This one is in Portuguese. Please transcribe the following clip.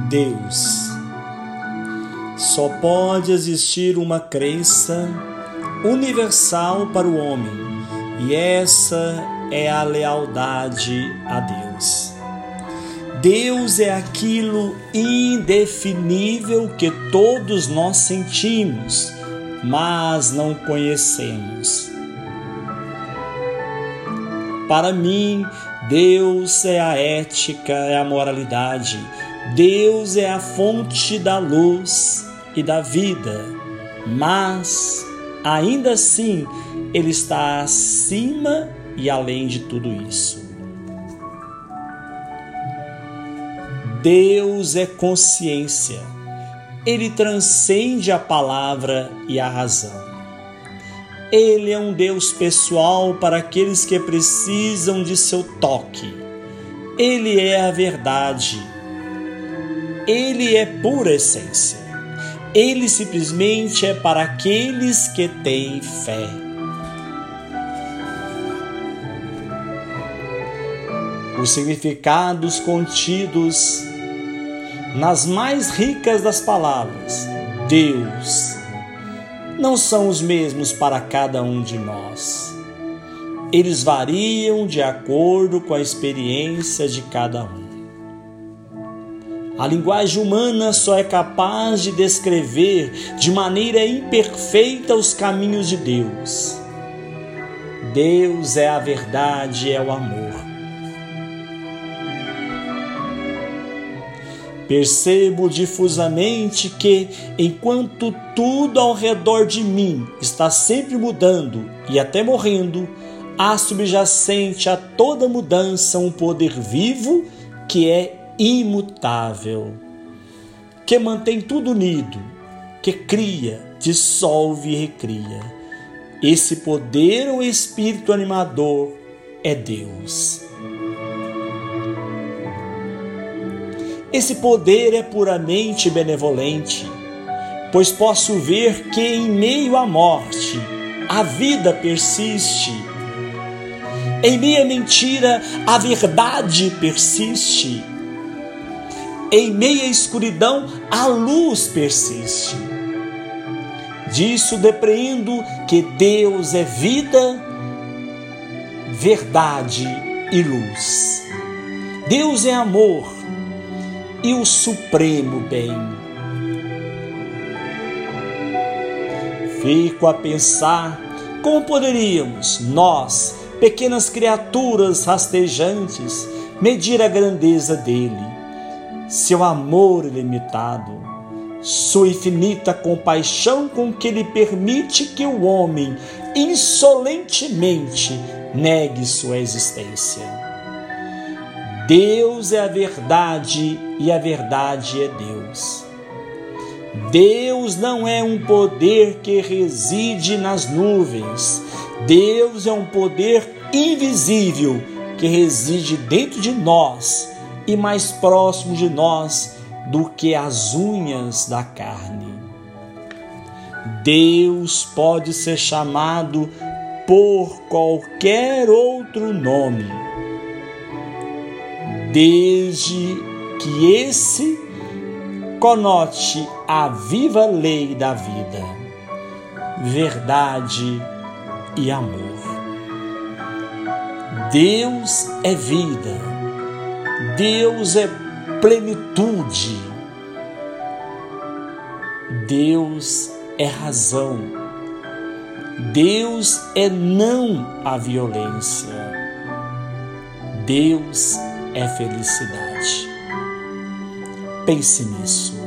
Deus. Só pode existir uma crença universal para o homem, e essa é a lealdade a Deus. Deus é aquilo indefinível que todos nós sentimos, mas não conhecemos. Para mim, Deus é a ética, é a moralidade. Deus é a fonte da luz e da vida, mas ainda assim Ele está acima e além de tudo isso. Deus é consciência. Ele transcende a palavra e a razão. Ele é um Deus pessoal para aqueles que precisam de seu toque. Ele é a verdade. Ele é pura essência. Ele simplesmente é para aqueles que têm fé. Os significados contidos nas mais ricas das palavras, Deus, não são os mesmos para cada um de nós. Eles variam de acordo com a experiência de cada um. A linguagem humana só é capaz de descrever de maneira imperfeita os caminhos de Deus. Deus é a verdade, é o amor. Percebo difusamente que, enquanto tudo ao redor de mim está sempre mudando e até morrendo, há subjacente a toda mudança um poder vivo que é imutável, que mantém tudo unido, que cria, dissolve e recria. Esse poder ou espírito animador é Deus. Esse poder é puramente benevolente, pois posso ver que em meio à morte a vida persiste. Em meio à mentira a verdade persiste. Em meio à escuridão a luz persiste. Disso depreendo que Deus é vida, verdade e luz. Deus é amor e o supremo bem. Fico a pensar como poderíamos, nós, pequenas criaturas rastejantes, medir a grandeza dele, seu amor ilimitado, sua infinita compaixão com que ele permite que o homem insolentemente negue sua existência. Deus é a verdade e a verdade é Deus. Deus não é um poder que reside nas nuvens. Deus é um poder invisível que reside dentro de nós e mais próximo de nós do que as unhas da carne. Deus pode ser chamado por qualquer outro nome, desde que esse conote a viva lei da vida, verdade e amor. Deus é vida, Deus é plenitude, Deus é razão, Deus é não à violência, Deus é felicidade. Pense nisso.